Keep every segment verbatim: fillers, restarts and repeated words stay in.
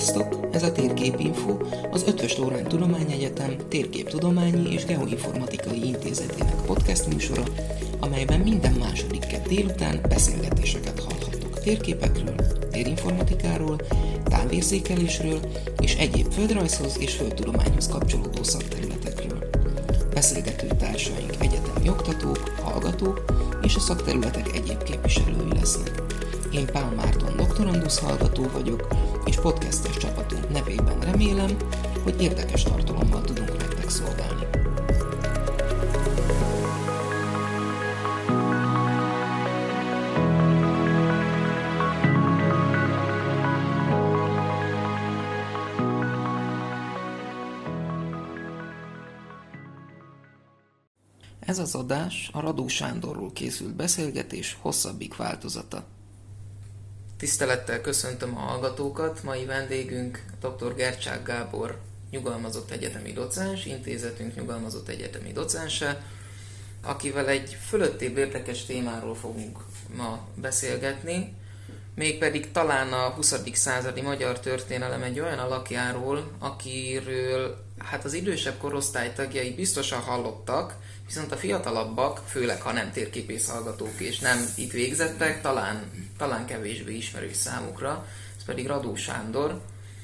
Sziasztok! Ez a Térképinfo, az Eötvös Loránd Tudományegyetem Térképtudományi és Geoinformatikai Intézetének podcast műsora, amelyben minden második kedd délután beszélgetéseket hallhattok térképekről, térinformatikáról, távérzékelésről és egyéb földrajzhoz és földtudományhoz kapcsolódó szakterületekről. Beszélgető társaink egyetemi oktatók, hallgatók és a szakterületek egyéb képviselői lesznek. Én Pál Márton doktorandusz hallgató vagyok, és podcastes csapatunk nevében remélem, hogy érdekes tartalommal tudunk nektek szolgálni. Ez az adás a Radó Sándorról készült beszélgetés hosszabbik változata. Tisztelettel köszöntöm a hallgatókat, mai vendégünk dr. Gercsák Gábor, nyugalmazott egyetemi docens, intézetünk nyugalmazott egyetemi docense, akivel egy fölöttébb érdekes témáról fogunk ma beszélgetni, mégpedig talán a huszadik századi magyar történelem egy olyan alakjáról, akiről hát az idősebb korosztály tagjai biztosan hallottak, viszont a fiatalabbak, főleg ha nem térképész hallgatók és nem itt végzettek, talán, talán kevésbé ismerős számukra, ez pedig Radó Sándor,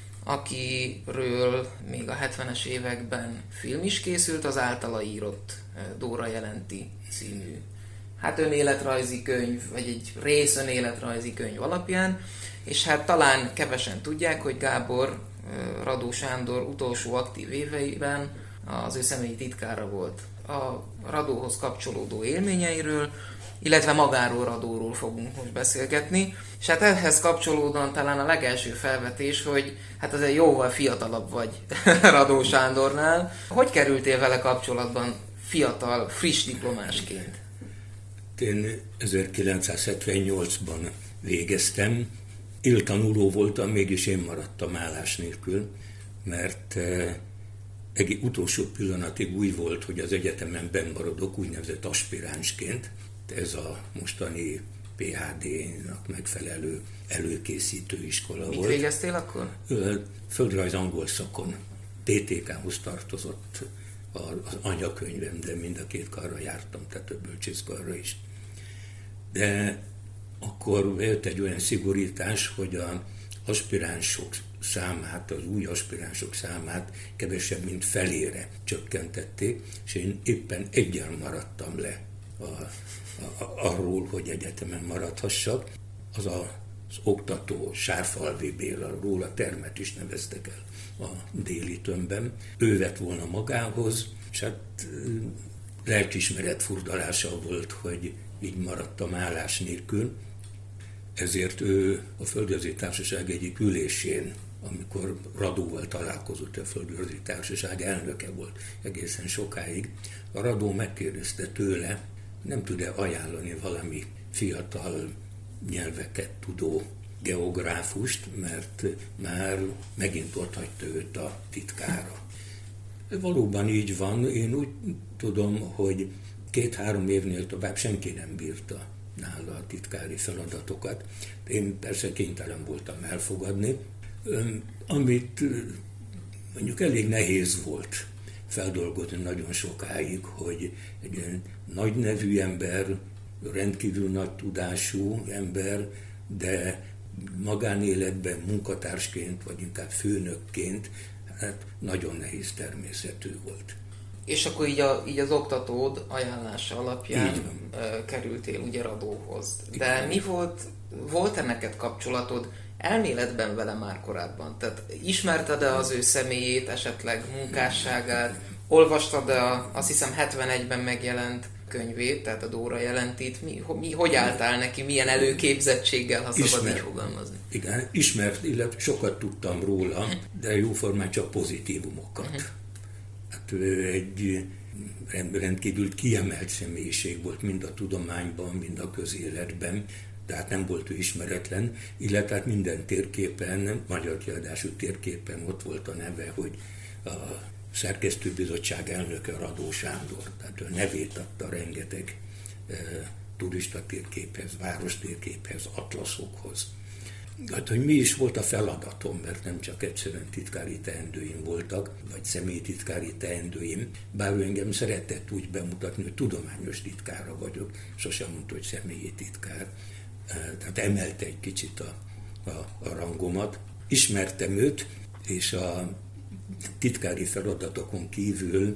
akiről még a hetvenes években film is készült, az általa írott Dóra Jelenti című hát önéletrajzi könyv, vagy egy rész önéletrajzi könyv alapján, és hát talán kevesen tudják, hogy Gábor, Radó Sándor utolsó aktív éveiben az ő személyi titkára volt. A Radóhoz kapcsolódó élményeiről, illetve magáról Radóról fogunk most beszélgetni, és hát ehhez kapcsolódóan talán a legelső felvetés, hogy hát azért jóval fiatalabb vagy Radó Sándornál. Hogy kerültél vele kapcsolatban fiatal, friss diplomásként? Én ezerkilencszázhetvennyolcban végeztem, éltanuló voltam, mégis én maradtam állás nélkül, mert egy utolsó pillanatig úgy volt, hogy az egyetemen benn maradok, úgynevezett aspiránsként. Ez a mostani pé há dé-nak megfelelő előkészítő iskola Mit volt. Mit végeztél akkor? Földrajz angol szakon. té té ká-hoz tartozott az anyakönyvem, de mind a két karra jártam, tehát a bölcsészkarra is. De akkor volt egy olyan szigorítás, hogy az aspiránsok számát, az új aspiránsok számát kevesebb, mint felére csökkentették, és én éppen egyen maradtam le a, a, a, arról, hogy egyetemen maradhassak. Az a, az oktató Sárfalvi Béla, róla Termet is neveztek el a déli tömbben. Ő vett volna magához, és hát lelkiismeret furdalása volt, hogy így maradtam állás nélkül. Ezért ő a Földrajzi Társaság egyik ülésén, amikor Radóval találkozott, a Földrajzi Társaság elnöke volt egészen sokáig, a Radó megkérdezte tőle, nem tud-e ajánlani valami fiatal nyelveket tudó geográfust, mert már megint ott hagyta őt a titkára. Valóban így van, én úgy tudom, hogy két-három évnél tovább senki nem bírta nála a titkári feladatokat. Én persze kénytelen voltam elfogadni, amit mondjuk elég nehéz volt feldolgozni nagyon sokáig, hogy egy ilyen nagy nevű ember, rendkívül nagy tudású ember, de magánéletben munkatársként, vagy inkább főnökként, hát nagyon nehéz természetű volt. És akkor így, a, így az oktatód ajánlása alapján kerültél ugye Radóhoz. De Igen. mi volt, volt-e neked kapcsolatod elméletben vele már korábban? Tehát ismerted-e az ő személyét, esetleg munkásságát? Olvastad-e a, azt hiszem hetvenegyben megjelent könyvét, tehát a Dóra Jelentit? Mi, mi, hogy álltál neki, milyen előképzettséggel, ha szabad így fogalmazni? Igen, ismert, illetve sokat tudtam róla, de jóformán csak pozitívumokat. Uh-huh. Hát egy rendkívül kiemelt személyiség volt mind a tudományban, mind a közéletben, tehát nem volt ő ismeretlen, illetve hát minden térképen, magyar kiadású térképen ott volt a neve, hogy a szerkesztőbizottság elnöke Radó Sándor, tehát ő nevét adta rengeteg e, turista térképhez, város térképhez, atlaszokhoz. Hát, hogy mi is volt a feladatom, mert nem csak egyszerűen titkári teendőim voltak, vagy személytitkári teendőim, bár ő engem szeretett úgy bemutatni, hogy tudományos titkára vagyok, sosem mondta, hogy személyi titkár. Tehát emelte egy kicsit a, a, a rangomat. Ismertem őt, és a titkári feladatokon kívül,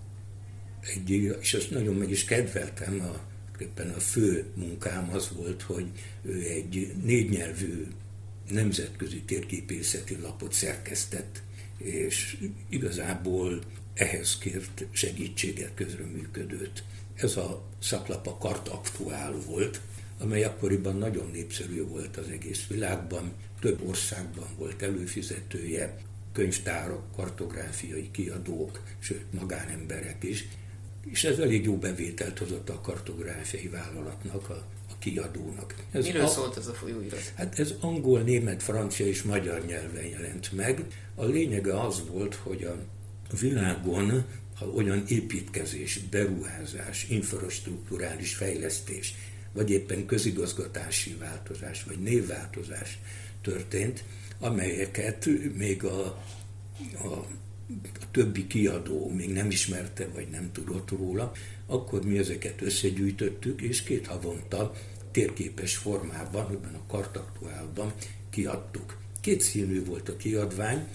egy, és azt nagyon meg is kedveltem, a, éppen a fő munkám az volt, hogy ő egy négynyelvű nemzetközi térképészeti lapot szerkesztett, és igazából ehhez kért segítséget, közreműködőt. Ez a szaklap a Carte Actuelle volt, amely akkoriban nagyon népszerű volt az egész világban, több országban volt előfizetője, könyvtárak, kartográfiai kiadók, sőt magánemberek is, és ez elég jó bevételt hozott a kartográfiai vállalatnak, a, a kiadónak. Ez Miről a, szólt ez a folyóirat? Hát ez angol, német, francia és magyar nyelven jelent meg. A lényege az volt, hogy a világon, ha olyan építkezés, beruházás, infrastrukturális fejlesztés, vagy éppen közigazgatási változás, vagy névváltozás történt, amelyeket még a, a a többi kiadó még nem ismerte, vagy nem tudott róla, akkor mi ezeket összegyűjtöttük, és két havonta térképes formában, ebben a Carte Actuelle-ban kiadtuk. Két színű volt a kiadvány,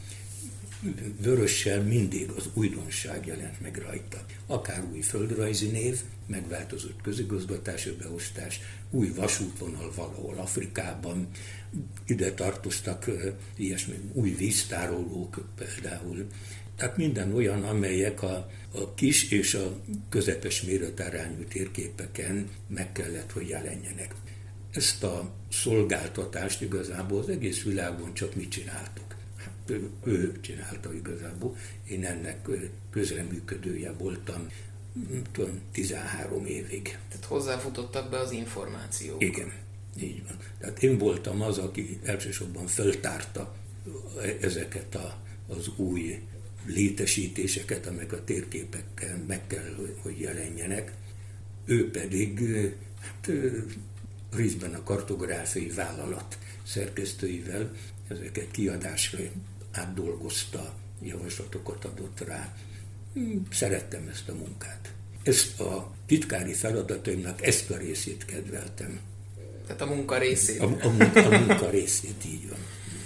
vörössel mindig az újdonság jelent meg rajta. Akár új földrajzi név, megváltozott közigazgatási beosztás, új vasútvonal valahol Afrikában, ide tartoztak ilyesmi új víztárolók például. Tehát minden olyan, amelyek a, a kis és a közepes méretarányú térképeken meg kellett, hogy jelenjenek. Ezt a szolgáltatást igazából az egész világon csak mi csináltuk. Hát ő, ő csinálta igazából. Én ennek közreműködője voltam tudom, tizenhárom évig. Tehát hozzáfutottak be az információk. Igen, így van. Tehát én voltam az, aki elsősorban föltárta ezeket a, az új létesítéseket, amelyek a térképekkel meg kell, hogy jelenjenek. Ő pedig hát, részben a kartográfiai vállalat szerkesztőivel ezeket kiadásra átdolgozta, javaslatokat adott rá. Szerettem ezt a munkát. Ezt a titkári feladataimnak ezt a részét kedveltem. Tehát a munka részét. A, a, munka, a munka részét, így van.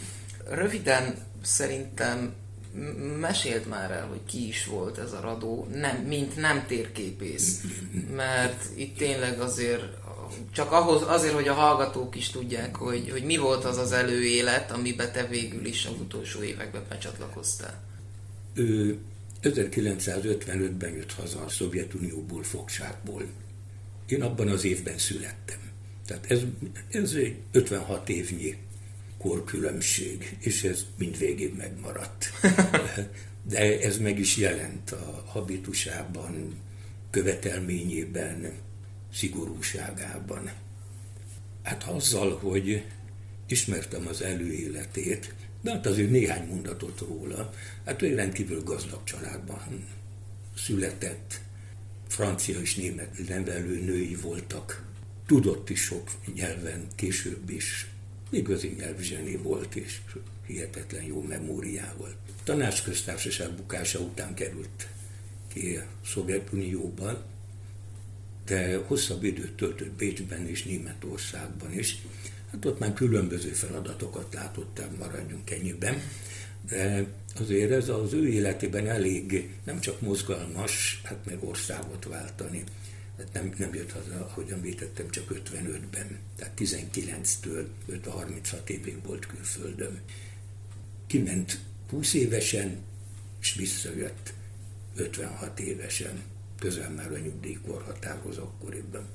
Röviden szerintem mesélt már el, hogy ki is volt ez a Radó, nem, mint nem térképész. Mert itt tényleg azért, csak ahhoz, azért, hogy a hallgatók is tudják, hogy, hogy mi volt az az előélet, amiben te végül is az utolsó években becsatlakoztál. Ő ezerkilencszázötvenötben jött haza a Szovjetunióból, fogságból. Én abban az évben születtem. Tehát ez, ez egy ötvenhat évnyi korkülönbség, és ez mindvégig megmaradt. De ez meg is jelent a habitusában, követelményében, szigorúságában. Hát azzal, hogy ismertem az előéletét, de hát azért néhány mondatot róla. Hát ő rendkívül gazdag családban született, francia és német nevelőnői voltak. Tudott is sok nyelven, később is. Igazi nyelvzseni volt, és hihetetlen jó memóriával. A Tanácsköztársaság bukása után került ki a Szovjetunióban, de hosszabb időt töltött Bécsben és Németországban is. Hát ott már különböző feladatokat látott el, maradjunk ennyiben, de azért ez az ő életében elég nem csak mozgalmas, hát meg országot váltani. Hát nem, nem jött haza, ahogy említettem, csak ötvenötben, tehát tizenkilenctől harminchat évig volt külföldön. Kiment húsz évesen, és visszajött ötvenhat évesen, közel már a nyugdíjkorhatárhoz akkoriban.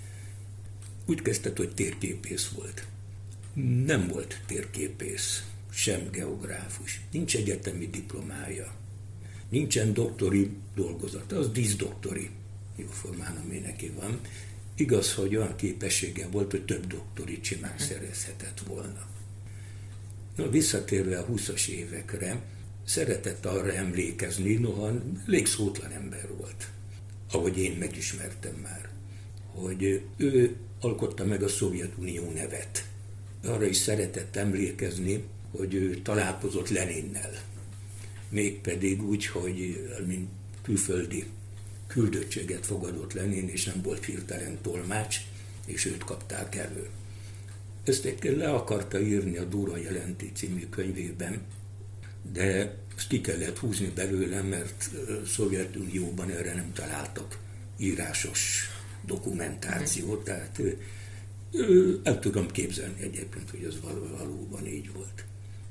Úgy kezdett, hogy térképész volt. Nem volt térképész, sem geográfus, nincs egyetemi diplomája, nincsen doktori dolgozata, az díszdoktori jóformán, ami neki van. Igaz, hogy olyan képessége volt, hogy több doktori csimán szerezhetett volna. Na, visszatérve a húszas évekre, szeretett arra emlékezni, noha elég szótlan ember volt, ahogy én megismertem már, hogy ő alkotta meg a Szovjetunió nevet. arra is szeretett emlékezni, hogy ő találkozott Leninnel. Mégpedig úgy, hogy mint külföldi küldöttséget fogadott Lenin, és nem volt hirtelen tolmács, és őt kapták elő. Ezt egyébként le akarta írni a Dóra jelenti című könyvében, de ezt ki kellett húzni belőle, mert Szovjetunióban erre nem találtak írásos dokumentációt, tehát el tudom képzelni egyébként, hogy ez valóban így volt.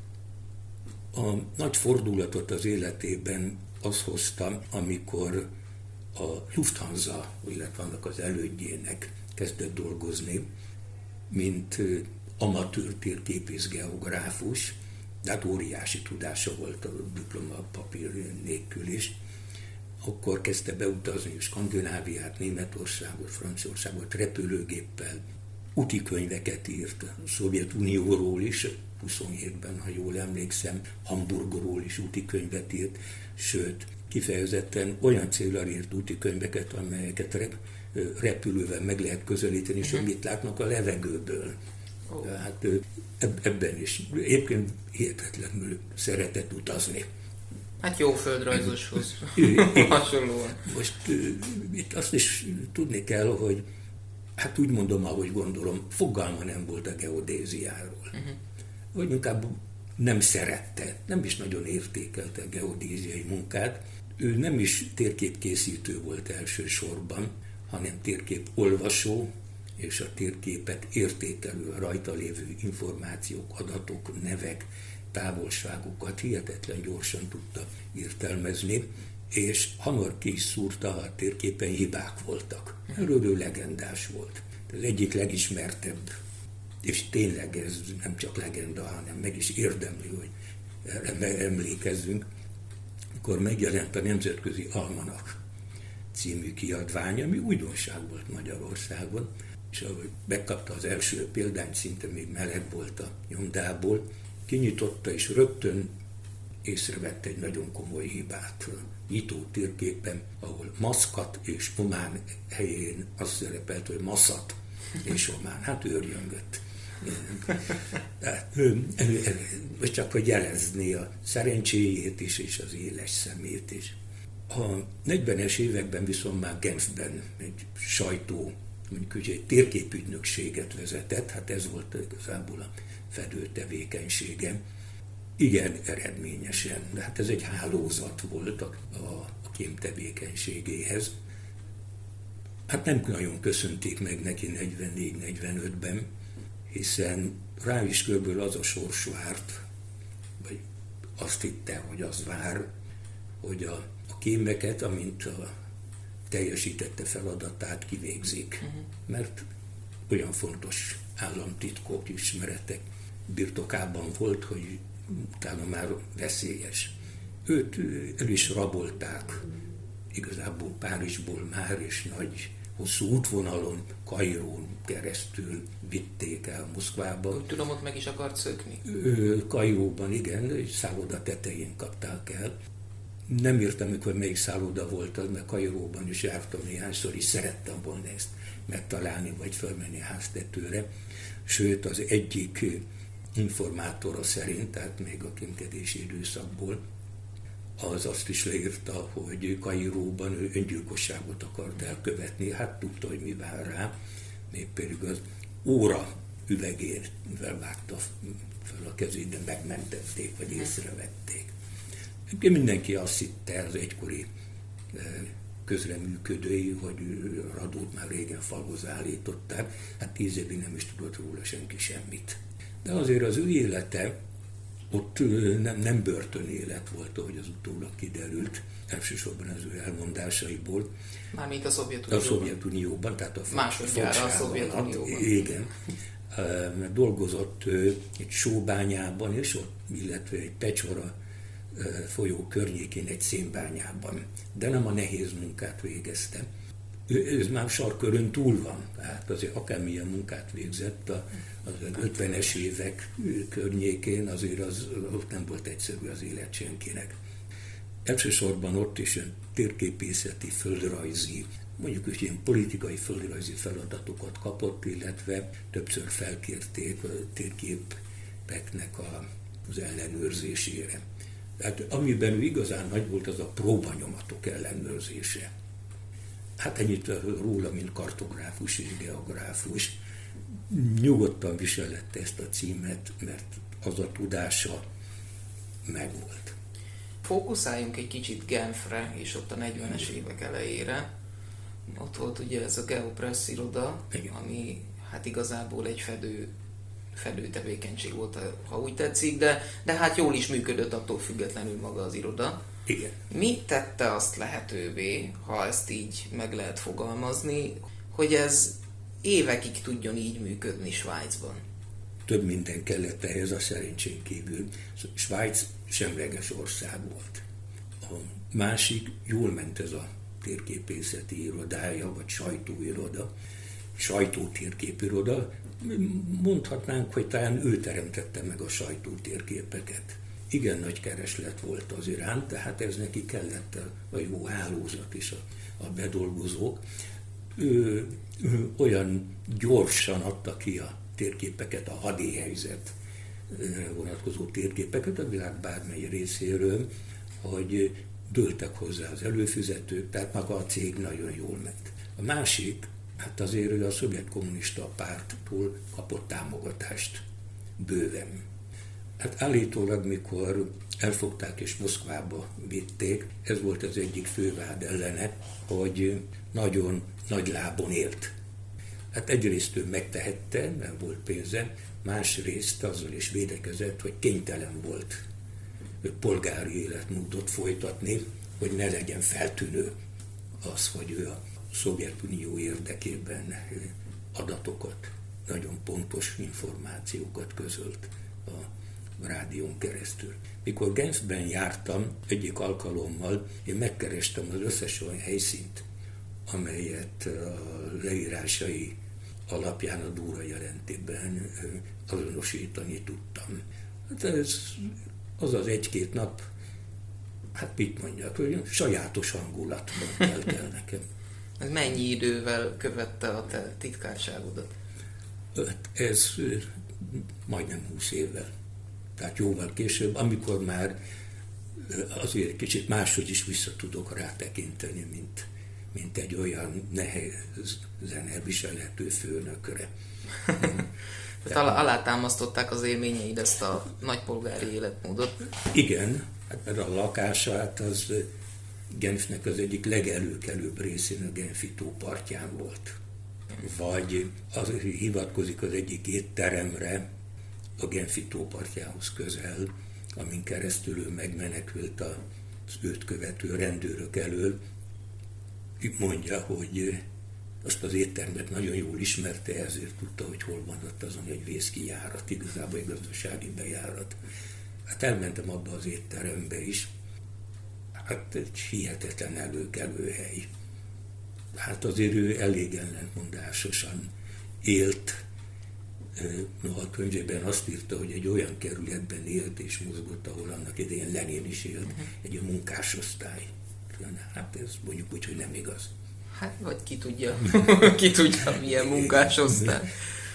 A nagy fordulatot az életében az hozta, amikor a Lufthansa, illetve annak az elődjének kezdett dolgozni, mint amatőr térképész geográfus, de hát óriási tudása volt a diplomapapír nélkül is. Akkor kezdte beutazni Skandináviát, Németországot, Franciaországot repülőgéppel, úti könyveket írt a Szovjetunióról is, huszonhétben, ha jól emlékszem, Hamburgról is úti könyvet írt, sőt, kifejezetten olyan célra írt úti könyveket, amelyeket repülővel meg lehet közelíteni, és uh-huh. mit látnak a levegőből. Oh. Tehát ebben is egyébként hihetetlenül szeretett utazni. Hát jó földrajzoshoz hasonlóan. Most itt azt is tudni kell, hogy hát úgy mondom, ahogy gondolom, fogalma nem volt a geodéziáról. Uh-huh. Vagy inkább nem szerette, nem is nagyon értékelte a geodéziai munkát. Ő nem is térképkészítő volt elsősorban, hanem térképolvasó, és a térképet értékelő, a rajta lévő információk, adatok, nevek, távolságokat hihetetlen gyorsan tudta értelmezni, és hamar ki is szúrta, ha a térképen hibák voltak. Erről ő legendás volt. Az egyik legismertebb, és tényleg ez nem csak legenda, hanem meg is érdemli, hogy erre emlékezzünk, akkor megjelent a Nemzetközi Almanach című kiadvány, ami újdonság volt Magyarországon, és ahogy megkapta az első példányt, szinte még meleg volt a nyomdából, kinyitotta, és rögtön észrevett egy nagyon komoly hibát. A nyitó térképen, ahol Maszkat és Omán helyén az szerepelt, hogy Maszat és Omán. Hát őrjöngött. Most csak, hogy jelezni a szerencséjét is, és az éles szemét is. A negyvenes években viszont már Genfben egy sajtó, mondjuk egy térképügynökséget vezetett, hát ez volt igazából a fedő tevékenysége. Igen, eredményesen, de hát ez egy hálózat volt a, a, a kém tevékenységéhez. Hát nem nagyon köszönték meg neki negyvennégy negyvenötben, hiszen rá is körülbelül az a sors várt, vagy azt hitte, hogy az vár, hogy a, a kémeket, amint a teljesítette feladatát, kivégzik. Uh-huh. Mert olyan fontos államtitkok, ismeretek birtokában volt, hogy utána már veszélyes. Őt el is rabolták, igazából Párizsból már, és nagy, hosszú útvonalon, Kairón keresztül vitték el Moszkvába. Úgy tudom, ott meg is akart szökni? Kairóban, igen, egy szálloda tetején kapták el. Nem írtam, mikor melyik szálloda volt az, mert Kairóban is jártam néhányszor, és szerettem volna ezt megtalálni, vagy felmenni a háztetőre. Sőt, az egyik informátora szerint, tehát még a kémkedési időszakból, az azt is leírta, hogy Kairóban ő öngyilkosságot akart elkövetni, hát tudta, hogy mi vár rá, mégpedig az óra üvegével vágta fel a kezét, de megmentették, vagy észrevették. Mindenki azt hitte, az egykori közreműködői, hogy Radót már régen falhoz állították, hát tíz évig nem is tudott róla senki semmit. De azért az ő élete ott nem, nem börtönélet volt, ahogy az utólag kiderült, elsősorban az ő elmondásaiból. Mármint a Szovjetunióban. A Szovjetunióban, tehát a másodjára a Szovjetunióban. Igen. Mert dolgozott egy sóbányában, és ott, illetve egy Pecsora folyó környékén egy szénbányában, de nem a nehéz munkát végezte. Ez már sarkörön túl van, tehát azért akármilyen munkát végzett az ötvenes évek környékén, azért az ott nem volt egyszerű az élet senkinek. Elsősorban ott is ilyen térképészeti, földrajzi, mondjuk is ilyen politikai földrajzi feladatokat kapott, illetve többször felkérték a térképeknek a, az ellenőrzésére. Tehát amiben ő igazán nagy volt, az a próbanyomatok ellenőrzése. Hát ennyit róla, mint kartográfus és geográfus. Nyugodtan viselette ezt a címet, mert az a tudása megvolt. Fókuszáljunk egy kicsit Genfre, és ott a negyvenes évek elejére. Ott volt ugye ez a Geopress iroda, igen, ami hát igazából egy fedő, fedő tevékenység volt, ha úgy tetszik, de, de hát jól is működött attól függetlenül maga az iroda. Igen. Mi tette azt lehetővé, ha ezt így meg lehet fogalmazni, hogy ez évekig tudjon így működni Svájcban? Több minden kellett ehhez a szerencsén kívül. Svájc semleges ország volt. A másik, jól ment ez a térképészeti irodája, vagy sajtóiroda, sajtótérképiroda. Mondhatnánk, hogy talán ő teremtette meg a sajtótérképeket. Igen nagy kereslet volt az iránt, tehát ez neki kellett a jó hálózat és a, a bedolgozók. Ő, ő olyan gyorsan adta ki a térképeket, a hadéhelyzet vonatkozó térképeket a világ bármely részéről, hogy dőltek hozzá az előfizetők, tehát maga a cég nagyon jól ment. A másik, hát azért ő a szovjet kommunista párttól kapott támogatást bőven. Hát állítólag, mikor elfogták és Moszkvába vitték, ez volt az egyik fővád ellene, hogy nagyon nagy lábon élt. Hát egyrészt ő megtehette, mert volt pénze, másrészt azzal is védekezett, hogy kénytelen volt polgári életmódot folytatni, hogy ne legyen feltűnő az, hogy ő a Szovjetunió érdekében adatokat, nagyon pontos információkat közölt a rádión keresztül. Mikor Genfben jártam egyik alkalommal, én megkerestem az összes olyan helyszínt, amelyet a leírásai alapján a Dúra jelentében azonosítani tudtam. Hát ez, az az egy-két nap, hát mit mondjak, hogy sajátos hangulatban telt el nekem. Ez mennyi idővel követte a te titkárságodat? Ez majdnem húsz évvel. Tehát jóval később, amikor már azért kicsit máshogy is vissza tudok rátekinteni, mint, mint egy olyan nehezen elviselhető főnökre. Tehát alátámasztották az élményeid ezt a nagypolgári életmódot? Igen, hát mert a lakását az Genfnek az egyik legelőkelőbb részén a Genfi tó partján volt. Vagy az hivatkozik az egyik étteremre a Genfi tó partjához közel, amin keresztül ő megmenekült az őt követő rendőrök elől. Mondja, hogy azt az éttermet nagyon jól ismerte, ezért tudta, hogy hol van ott azon egy vészkijárat, igazából egy gazdasági bejárat. Hát elmentem abba az étterembe is. Hát egy hihetetlen előkelő hely. Hát azért ő elég ellentmondásosan élt. Noha a könyvében azt írta, hogy egy olyan kerületben élt és mozgott, ahol annak idején Lenin is élt, uh-huh. egy a munkásosztály. Hát ez mondjuk úgy, hogy nem igaz. Hát vagy ki tudja, ki tudja milyen munkásosztály.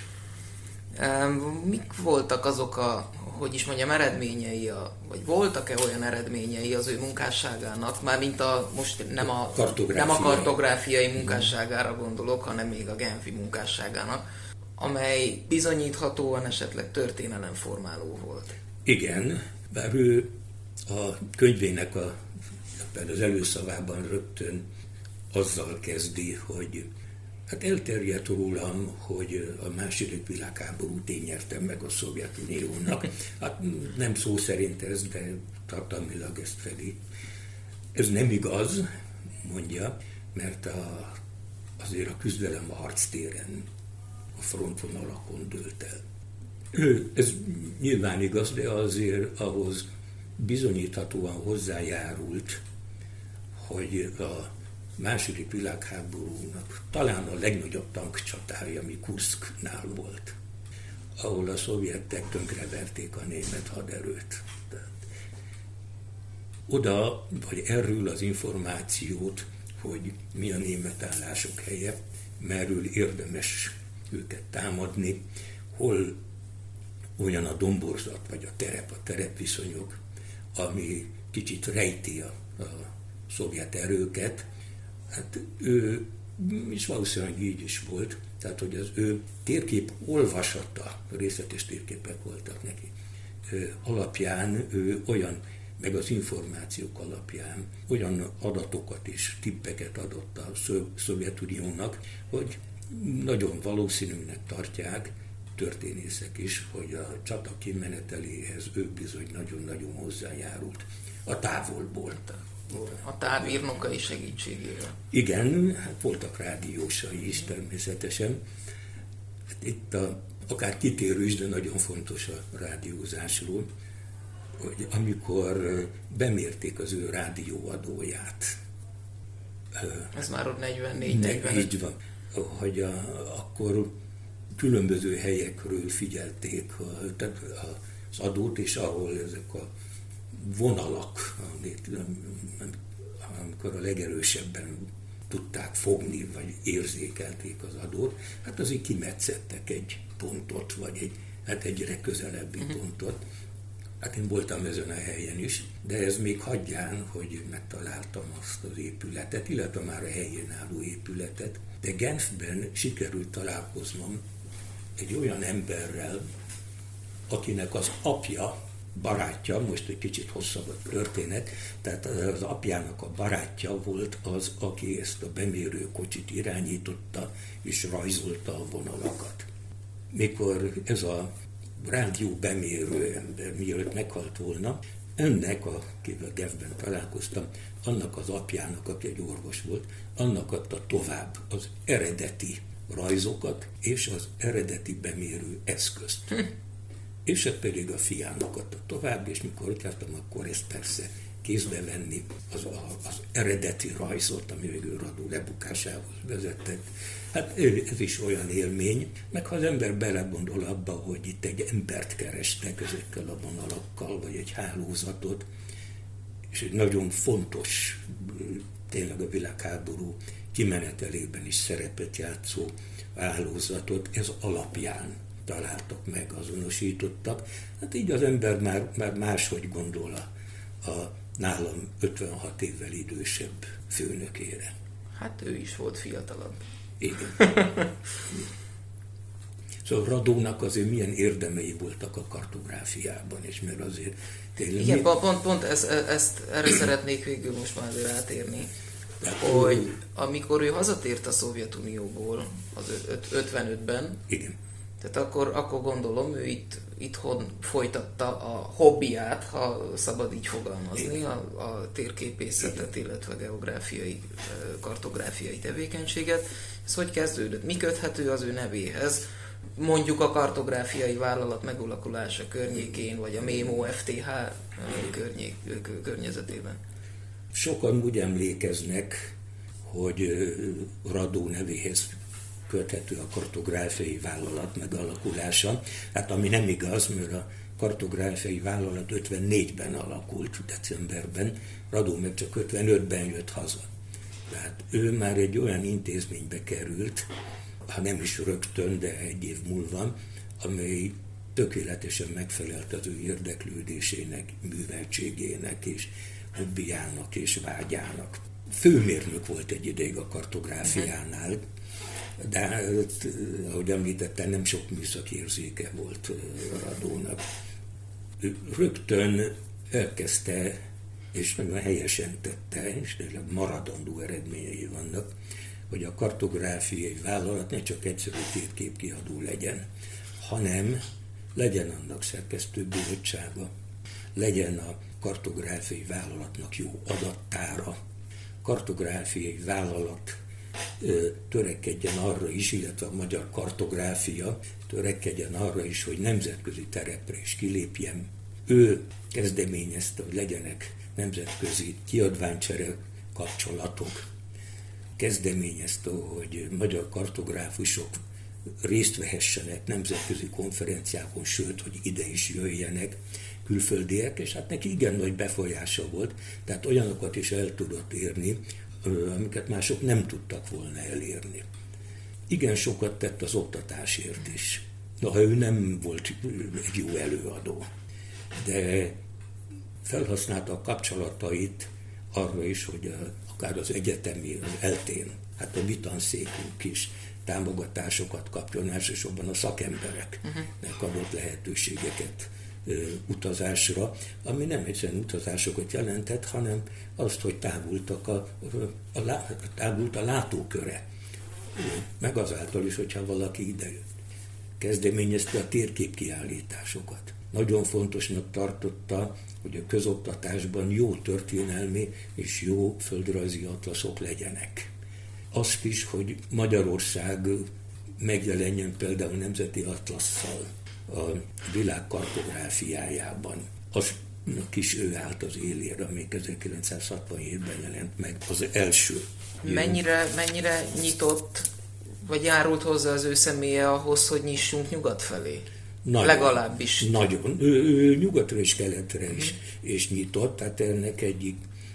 Mik voltak azok a, hogy is mondjam, eredményei, a, vagy voltak-e olyan eredményei az ő munkásságának, mármint a, most nem a, nem a kartográfiai munkásságára gondolok, hanem még a genfi munkásságának, amely bizonyíthatóan esetleg történelemformáló volt. Igen, bár ő a könyvének a, az előszavában rögtön azzal kezdi, hogy hát elterjedt rólam, hogy a második világháborút én nyertem meg a Szovjetuniónak. Hát nem szó szerint ez, de tartalmilag ezt fedi. Ez nem igaz, mondja, mert a, azért a küzdelem a harctéren, a frontvonalakon dőlt el. Ez nyilván igaz, de azért ahhoz bizonyíthatóan hozzájárult, hogy a második világháborúnak talán a legnagyobb tankcsatája, ami Kurszknál volt, ahol a szovjetek tönkreverték a német haderőt. Tehát oda, vagy erről az információt, hogy mi a német állások helye, merről érdemes őket támadni, hol olyan a domborzat, vagy a terep, a terepviszonyok, ami kicsit rejti a, a szovjet erőket. Hát ő is valószínűleg így is volt, tehát hogy az ő térkép olvasata, részletes térképek voltak neki, alapján ő olyan, meg az információk alapján olyan adatokat és tippeket adott a Szovjetuniónak, hogy nagyon valószínűnek tartják történészek is, hogy a csata kimeneteléhez ő bizony nagyon-nagyon hozzájárult a távolból. A távírnokai segítségével. Igen, hát voltak rádiósai is természetesen. Itt a, akár kitérő is, de nagyon fontos a rádiózásról, hogy amikor bemérték az ő rádióadóját. Ez már ott negyvennégy negyvenöt. Így van, hogy a, akkor különböző helyekről figyelték a, tehát az adót, és ahol ezek a vonalak, amikor a legerősebben tudták fogni, vagy érzékelték az adót, hát azért kimetszettek egy pontot, vagy egy, hát egyre közelebbi uh-huh. pontot. Hát én voltam ezen a helyen is, de ez még hagyján, hogy megtaláltam azt az épületet, illetve már a helyén álló épületet, de Genfben sikerült találkoznom egy olyan emberrel, akinek az apja, barátja, most egy kicsit hosszabb a történet, tehát az apjának a barátja volt az, aki ezt a bemérőkocsit irányította és rajzolta a vonalakat. Mikor ez a rádió bemérő ember, mielőtt meghalt volna, ennek, akivel Genfben találkoztam, annak az apjának, aki egy orvos volt, annak adta tovább az eredeti rajzokat és az eredeti bemérő eszközt. Hm. És ez pedig a fiának adta tovább, és mikor ott jártam, akkor ezt persze kézbe venni, az, az eredeti rajzot, ami végül Radó lebukásához vezetett. Hát ez is olyan élmény, meg ha az ember belegondol abba, hogy itt egy embert kerestek ezekkel a vonalakkal, vagy egy hálózatot, és egy nagyon fontos, tényleg a világháború kimenetelében is szerepet játszó hálózatot, ez alapján találtak meg, azonosítottak. Hát így az ember már, már máshogy gondol a, a nálam ötvenhat évvel idősebb főnökére. Hát ő is volt fiatalabb. Igen. Szóval Radónak azért milyen érdemei voltak a kartográfiában, és mert azért tényleg... Igen, mi... pont, pont ez, ezt, erre szeretnék végül most már azért átérni, tehát, hogy ő... amikor ő hazatért a Szovjetunióból az ötvenötben, igen. Tehát akkor, akkor gondolom, ő itt, itthon folytatta a hobbiját, ha szabad így fogalmazni, a, a térképészetet, illetve geográfiai, kartográfiai tevékenységet. Ez hogy kezdődött? Mi köthető az ő nevéhez? Mondjuk a kartográfiai vállalat megalakulása környékén, vagy a mémo ef té há környék, környezetében? Sokan úgy emlékeznek, hogy Radó nevéhez köthető a kartográfiai vállalat megalakulása. Hát ami nem igaz, mert a kartográfiai vállalat ötvennégyben alakult, decemberben, Radó meg csak ötvenötben jött haza. Tehát ő már egy olyan intézménybe került, ha nem is rögtön, de egy év múlva, amely tökéletesen megfelelt az ő érdeklődésének, műveltségének és hobbijának és vágyának. Főmérnök volt egy ideig a kartográfiánál, de ahogy említettem, nem sok műszaki érzéke volt Radónak. Ő rögtön elkezdte, és nagyon helyesen tette, és tényleg maradandó eredményei vannak, hogy a kartográfiai vállalat ne csak egyszerű térképkiadó legyen, hanem legyen annak szerkesztőbizottsága, legyen a kartográfiai vállalatnak jó adattára, kartográfiai vállalat törekedjen arra is, illetve a magyar kartográfia törekedjen arra is, hogy nemzetközi terepre is kilépjen. Ő kezdeményezte, hogy legyenek nemzetközi kiadványcsere kapcsolatok. Kezdeményezte, hogy magyar kartográfusok részt vehessenek nemzetközi konferenciákon, sőt, hogy ide is jöjjenek. külföldiek, és hát neki igen nagy befolyása volt, tehát olyanokat is el tudott érni, amiket mások nem tudtak volna elérni. Igen sokat tett az oktatásért is. Noha ő nem volt egy jó előadó, de felhasználta a kapcsolatait arra is, hogy akár az egyetemi, az eltén, hát a mi tanszékünk is támogatásokat kapjon, elsősorban a szakembereknek adott lehetőségeket utazásra, ami nem egyszerűen utazásokat jelentett, hanem azt, hogy tágultak a, a, a, tágult a látóköre. Meg azáltal is, hogyha valaki idejött. Kezdeményezte a térképkiállításokat. Nagyon fontosnak tartotta, hogy a közoktatásban jó történelmi és jó földrajzi atlaszok legyenek. Azt is, hogy Magyarország megjelenjen például nemzeti atlasszal a világ kartográfiájában. Aznak is ő állt az élére, amelyik ezerkilencszázhatvanhétben jelent meg az első. Mennyire, mennyire nyitott, vagy járult hozzá az ő személye ahhoz, hogy nyissunk nyugat felé? Nagyon, legalábbis. Nagyon. Ő, ő nyugatra és keletre is uh-huh. és nyitott, tehát ennek egyik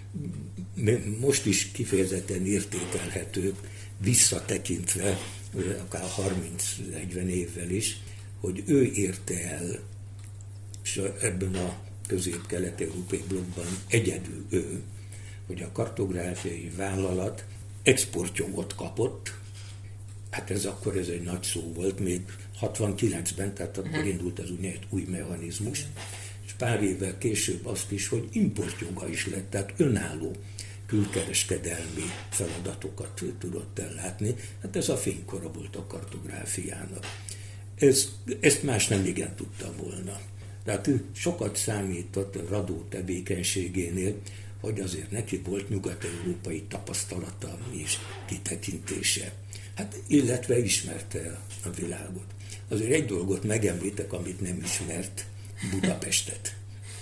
most is kifejezetten értékelhető, visszatekintve, akár harminc-negyven évvel is, hogy ő érte el, és ebben a közép-kelet-európai blokkban egyedül ő, hogy a kartográfiai vállalat exportjogot kapott. Hát ez akkor ez egy nagy szó volt, még hatvankilencben, tehát akkor uh-huh. indult az úgynevezett új mechanizmus, uh-huh. és pár évvel később azt is, hogy importjoga is lett, tehát önálló külkereskedelmi feladatokat tudott ellátni. Hát ez a fénykora volt a kartográfiának. Ez, ezt más nem igen tudta volna. Tehát sokat számított a Radó tevékenységénél, hogy azért neki volt nyugat-európai tapasztalata és kitekintése. Hát illetve ismerte a világot. Azért egy dolgot megemlítek, amit nem ismert, Budapestet.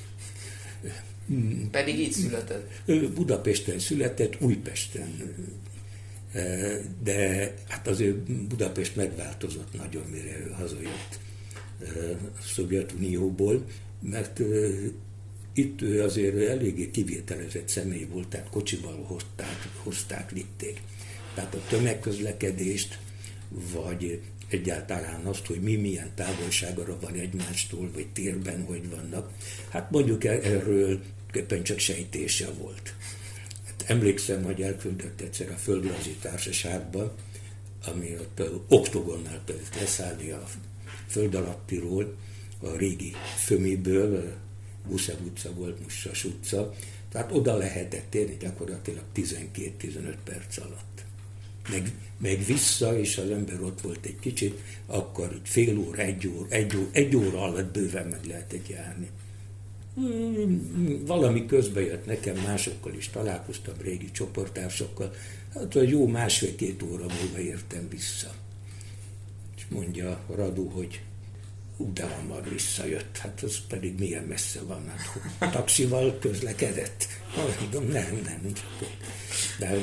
Pedig így született. Budapesten született, Újpesten. De hát azért Budapest megváltozott nagyon, mire ő hazajött a Szovjetunióból, mert itt ő azért eléggé kivételezett személy volt, tehát kocsival hozták, hozták, vitték. Tehát a tömegközlekedést, vagy egyáltalán azt, hogy mi milyen távolságra van egymástól, vagy térben, hogy vannak. Hát mondjuk erről éppen csak sejtése volt. Hát emlékszem, hogy elküldött egyszer a Földrajzi Társaságba, ami ott a Oktogonnál kellett leszállni a föld alattiról, a régi Fömiből, Buszev utca volt, most Sas utca, tehát oda lehetett érni gyakorlatilag tizenkét-tizenöt perc alatt. Meg, meg vissza, és az ember ott volt egy kicsit, akkor így fél óra, egy óra, egy óra, egy óra alatt bőven meg lehetett járni. Valami közbe jött nekem, másokkal is találkoztam, régi csoporttársakkal, hát a jó másfél-két óra múlva értem vissza. És mondja Radu, hogy ú, de hamar visszajött, hát az pedig milyen messze van, hát taxival közlekedett. Mondom, nem, nem, de,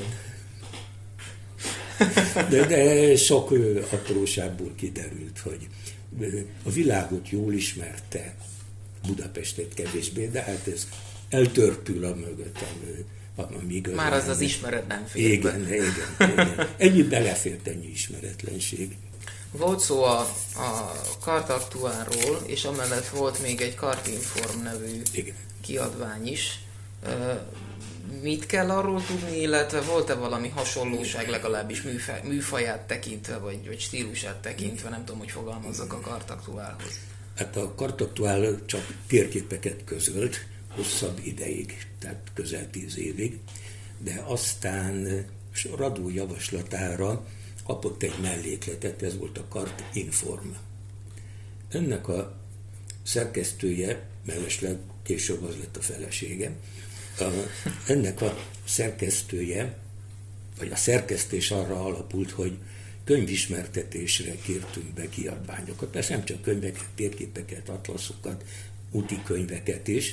de, de sok apróságból kiderült, hogy a világot jól ismerte, Budapestet kevésbé, de hát ez eltörpül a mögött, amíg az már az az ismeret nem fér. Igen, igen, igen. Ennyi belefért, ennyi ismeretlenség. Volt szó a, a Kartaktuálról, és amellett volt még egy Kartinform nevű igen. kiadvány is. Mit kell arról tudni, illetve volt-e valami hasonlóság, legalábbis műfaj, műfaját tekintve, vagy, vagy stílusát tekintve, nem tudom, hogy fogalmazzak a Kartaktuálhoz. Hát a Kartaktuál csak térképeket közölt hosszabb ideig, tehát közel tíz évig, de aztán Radó javaslatára kapott egy mellékletet, ez volt a Kartinform. Ennek a szerkesztője, mellesleg később az lett a felesége, a, ennek a szerkesztője, vagy a szerkesztés arra alapult, hogy könyvismertetésre kértünk be kiadványokat. Persze nem csak könyveket, térképeket, atlaszokat, úti könyveket is.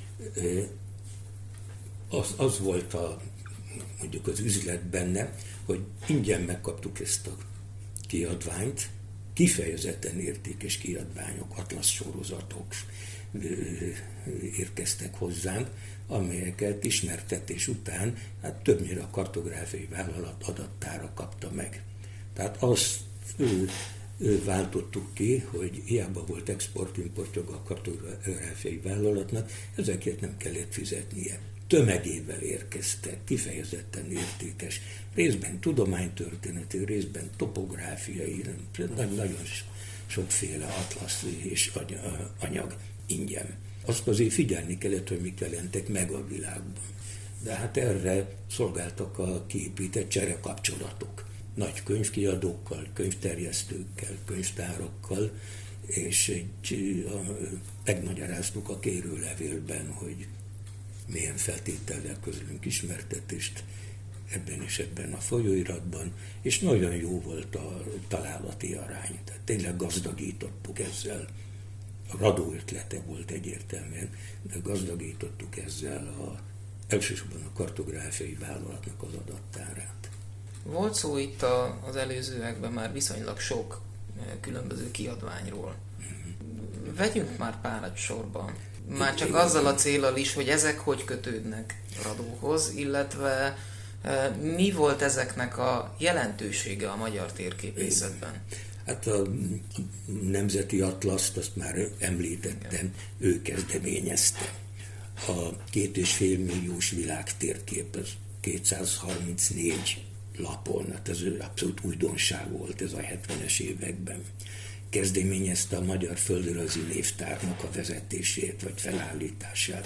Az, az volt a, mondjuk az üzlet benne, hogy ingyen megkaptuk ezt a kiadványt, kifejezetten értékes kiadványok, atlasz sorozatok, érkeztek hozzánk, amelyeket ismertetés után hát többnyire a kartográfiai vállalat adattára kapta meg. Tehát azt ő, ő váltottuk ki, hogy hiába volt export-import joga a kartográfiai vállalatnak, ezeket nem kellett fizetnie. Tömegével érkeztek, kifejezetten értékes, részben tudománytörténeti, részben topográfiai, nagyon sokféle atlasz és anyag ingyen. Azt azért figyelni kellett, hogy mik jelentek meg a világban. De hát erre szolgáltak a kiépített cserekapcsolatok. Nagy könyvkiadókkal, könyvterjesztőkkel, könyvtárakkal, és egy, a, megmagyaráztuk a kérőlevélben, hogy milyen feltétellel közlünk ismertetést ebben és ebben a folyóiratban, és nagyon jó volt a találati arány. Tehát tényleg gazdagítottuk ezzel. A Radó ötlete volt egyértelműen, de gazdagítottuk ezzel a, elsősorban a kartográfiai vállalatnak az adattárát. Volt szó itt a, az előzőekben már viszonylag sok különböző kiadványról. Mm-hmm. Vegyünk már párat sorban. Már csak azzal a céllal is, hogy ezek hogy kötődnek Radóhoz, illetve e, mi volt ezeknek a jelentősége a magyar térképészetben? Hát a Nemzeti Atlaszt, azt már említettem, igen. Ő kezdeményezte. A két és fél milliós világtérkép, az kétszázharmincnégy lapon, hát ez abszolút újdonság volt ez a hetvenes években. Kezdeményezte a Magyar Földrajzi Névtárnak a vezetését, vagy felállítását,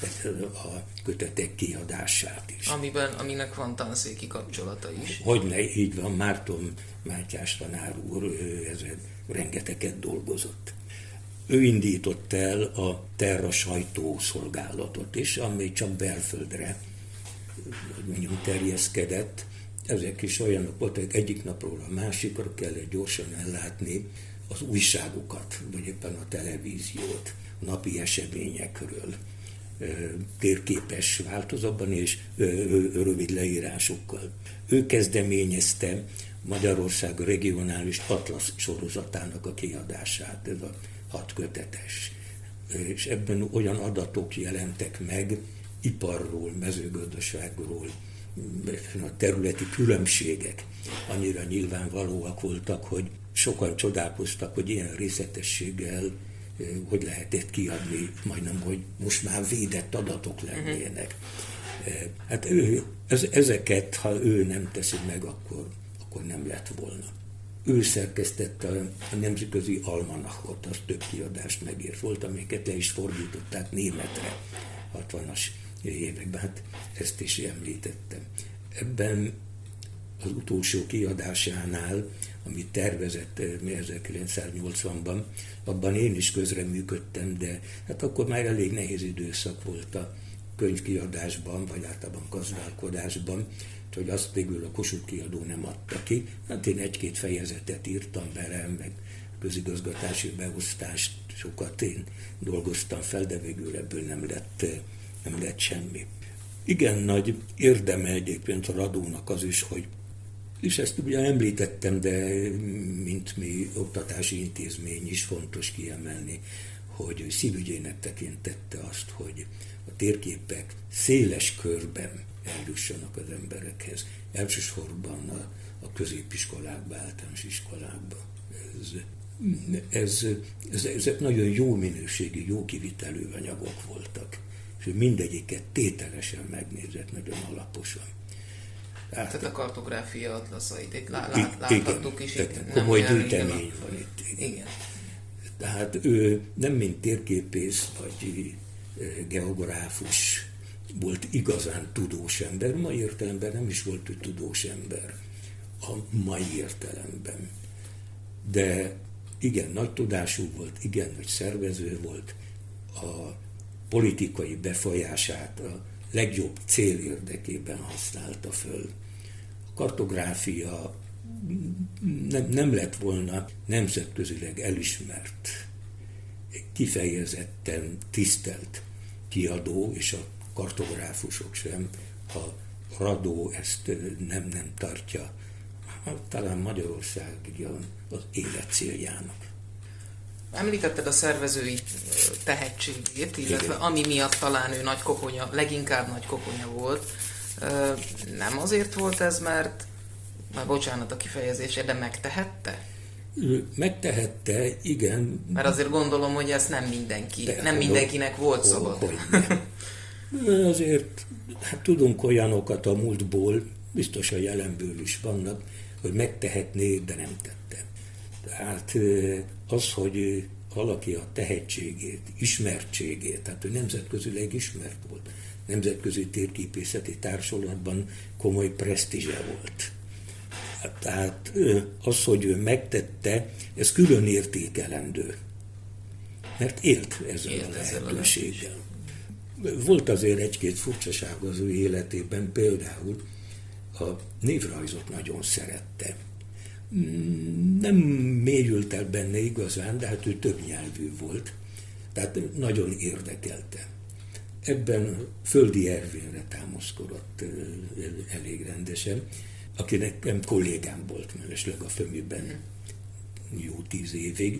a kötetek kiadását is. Amiben, aminek van tanszéki kapcsolata is. Hogyne, így van, Márton Mátyás tanár úr, ő ezen rengeteget dolgozott. Ő indított el a Terra sajtószolgálatot is, amely csak belföldre, mondjuk terjeszkedett. Ezek is olyanok voltak, egyik napról a másikra kellett gyorsan ellátni az újságokat, vagy éppen a televíziót, a napi eseményekről, térképes változatban és rövid leírásokkal. Ő kezdeményezte Magyarország regionális atlasz sorozatának a kiadását, ez a hat kötetes. És ebben olyan adatok jelentek meg iparról, mezőgazdaságról, a területi különbségek annyira nyilvánvalóak voltak, hogy sokan csodálkoztak, hogy ilyen részletességgel hogy lehetett kiadni, majdnem, hogy most már védett adatok lennének. Uh-huh. Hát ő, ez, ezeket, ha ő nem teszi meg, akkor, akkor nem lett volna. Ő szerkesztette a, a Nemzetközi Almanachot, az több kiadást megért volt, amiket le is fordították németre hatvanas években, hát ezt is említettem. Ebben az utolsó kiadásánál, amit tervezett ezerkilencszáznyolcvanban, abban én is közreműködtem, de hát akkor már elég nehéz időszak volt a könyvkiadásban, vagy általában gazdálkodásban, hogy azt végül a Kossuth kiadó nem adta ki. Hát én egy-két fejezetet írtam bele, meg közigazgatási beosztást, sokat én dolgoztam fel, de végül ebből nem lett, nem lett semmi. Igen nagy érdeme egyébként a Radónak az is, hogy, és ezt ugye említettem, de mint mi oktatási intézmény is fontos kiemelni, hogy szívügyének tekintette azt, hogy a térképek széles körben eljussanak az emberekhez. Elsősorban a, a középiskolákba, általános iskolákba. Ez, ez, ez, ezek nagyon jó minőségű, jó kivitelű anyagok voltak. És mindegyiket tételesen megnézett, nagyon alaposan. Tehát, Tehát a kartográfia atlaszait itt lá, lá, láthattuk is. Igen, komoly gyűjtemény van itt. Igen. igen. Tehát ő nem mint térképész vagy geográfus volt igazán tudós ember, mai értelemben nem is volt ő tudós ember a mai értelemben. De igen, nagy tudású volt, igen, nagy szervező volt, a politikai befolyását a legjobb cél érdekében használta föl. A kartográfia nem, nem lett volna nemzetközileg elismert, kifejezetten tisztelt kiadó, és a kartográfusok sem, ha Radó ezt nem, nem tartja, talán Magyarország az élet céljának. Említetted a szervezői tehetségét, illetve Igen. ami miatt talán ő nagy koponya, leginkább nagy koponya volt. Nem azért volt ez, mert, már bocsánat a kifejezésre, de megtehette? Ő megtehette, igen. Mert azért gondolom, hogy ez nem mindenki, De nem hol, mindenkinek volt hol, szabad. Hogy nem. Azért hát tudunk olyanokat a múltból, biztos a jelenből is vannak, hogy megtehetné, de nem tette. Tehát az, hogy valaki a tehetségét, ismertségét, tehát ő nemzetközileg ismert volt, nemzetközi térképészeti társulatban komoly presztízse volt. Tehát az, hogy ő megtette, ez külön értékelendő, mert élt ezzel élt a lehetőséggel. Volt azért egy-két furcsaság az ő életében, például a névrajzot nagyon szerette. Nem mélyült el benne igazán, de hát ő többnyelvű volt, tehát nagyon érdekelte. Ebben Földi Ervényre támaszkodott elég rendesen, aki nekem kollégám volt mellesleg a Fömiben jó tíz évig,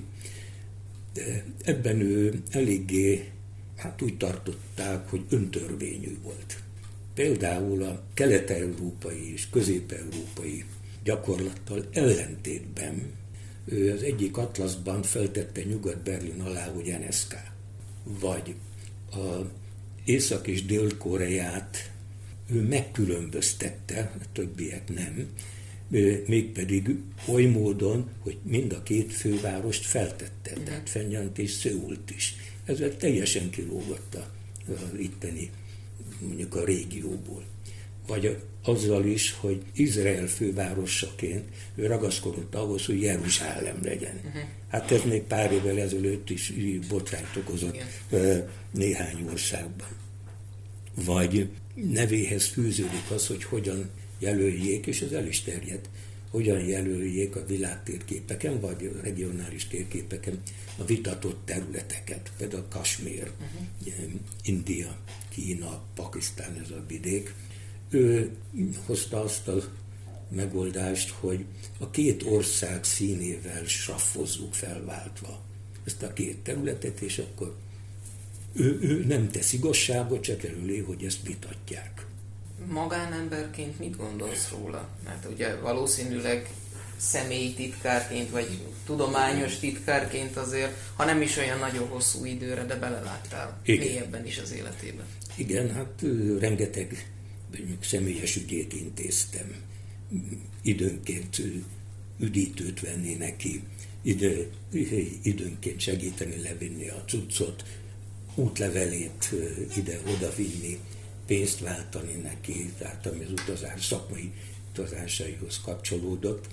de ebben ő eléggé, hát úgy tartották, hogy öntörvényű volt. Például a kelet-európai és közép-európai gyakorlattal ellentétben ő az egyik atlaszban feltette Nyugat-Berlin alá, hogy en es ká, vagy a Észak- és Dél-Koreát ő megkülönböztette, a többiek nem, mégpedig oly módon, hogy mind a két fővárost feltette, mm. tehát Phenjant és Szöult is. Ezzel teljesen kilógott az itteni, mondjuk a régióból. Vagy azzal is, hogy Izrael fővárosaként ő ragaszkodott ahhoz, hogy Jeruzsálem legyen. Uh-huh. Hát ez még pár évvel ezelőtt is botrányt okozott Igen. néhány országban. Vagy nevéhez fűződik az, hogy hogyan jelöljék, és ez el is terjedt, hogyan jelöljék a világtérképeken, vagy a regionális térképeken a vitatott területeket. Például Kasmér, uh-huh. India, Kína, Pakisztán, ez a vidék. Ő hozta azt a megoldást, hogy a két ország színével sraffozzuk felváltva ezt a két területet, és akkor ő, ő nem tesz igazságot, csak előlé, hogy ezt vitatják. Magánemberként mit gondolsz róla? Mert ugye valószínűleg személyi titkárként, vagy tudományos titkárként azért, ha nem is olyan nagyon hosszú időre, de beleláttál Igen. mélyebben is az életébe. Igen, hát rengeteg személyes ügyét intéztem. Időnként üdítőt venni neki, idő, időnként segíteni levinni a cuccot, útlevelét ide-oda vinni, pénzt váltani neki, tehát ami az utazás, szakmai utazásaihoz kapcsolódott.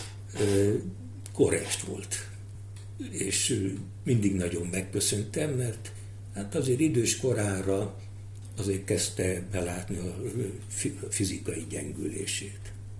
Korrekt volt. És mindig nagyon megköszöntem, mert hát azért idős korára azért kezdte belátni a fizikai gyengülését.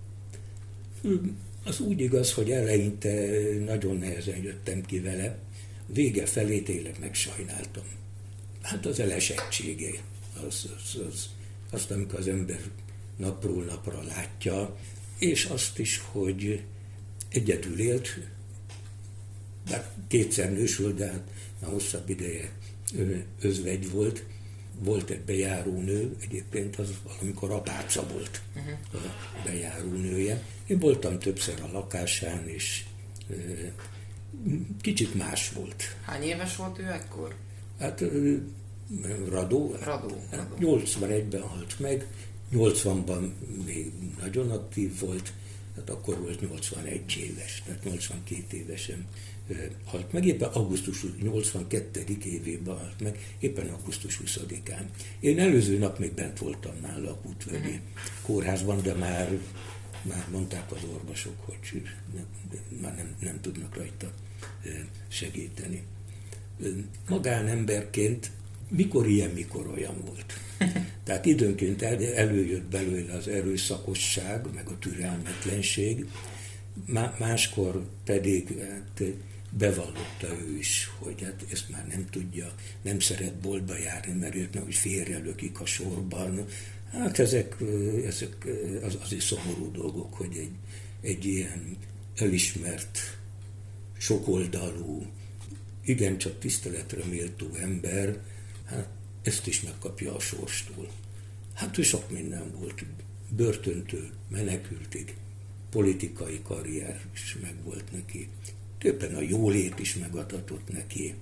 Az úgy igaz, hogy eleinte nagyon nehezen jöttem ki vele, vége felé tényleg megsajnáltam. Hát az elesettsége, az, az, az, azt, amikor az ember napról napra látja, és azt is, hogy egyedül élt, bár kétszer nősült, de hát már hosszabb ideje özvegy volt. Volt egy bejárónő, egyébként az valamikor apáca volt uh-huh. a bejárónője. Én voltam többször a lakásán, és e, kicsit más volt. Hány éves volt ő ekkor? Hát e, Radó, Radó, Radó. nyolcvanegyben halt meg, nyolcvanban még nagyon aktív volt, hát akkor volt nyolcvanegy éves, tehát nyolcvankét évesen halt meg, éppen augusztus nyolcvankettő évében halt meg, éppen augusztus huszadikán. Én előző nap még bent voltam nála a Kútvölgyi uh-huh. kórházban, de már, már mondták az orvosok, hogy nem, már nem, nem tudnak rajta segíteni. Magánemberként mikor ilyen, mikor olyan volt. Tehát időnként el, előjött belőle az erőszakosság, meg a türelmetlenség, máskor pedig hát, bevallotta ő is, hogy hát ezt már nem tudja, nem szeret boltba járni, mert őt meg úgy félrelökik a sorban. Hát ezek, ezek az, azért szomorú dolgok, hogy egy, egy ilyen elismert, sokoldalú, igencsak tiszteletre méltó ember, hát ezt is megkapja a sorstól. Hát ő sok minden volt, börtöntől menekültig, politikai karrier is megvolt neki, többen a jólét is megadatott neki,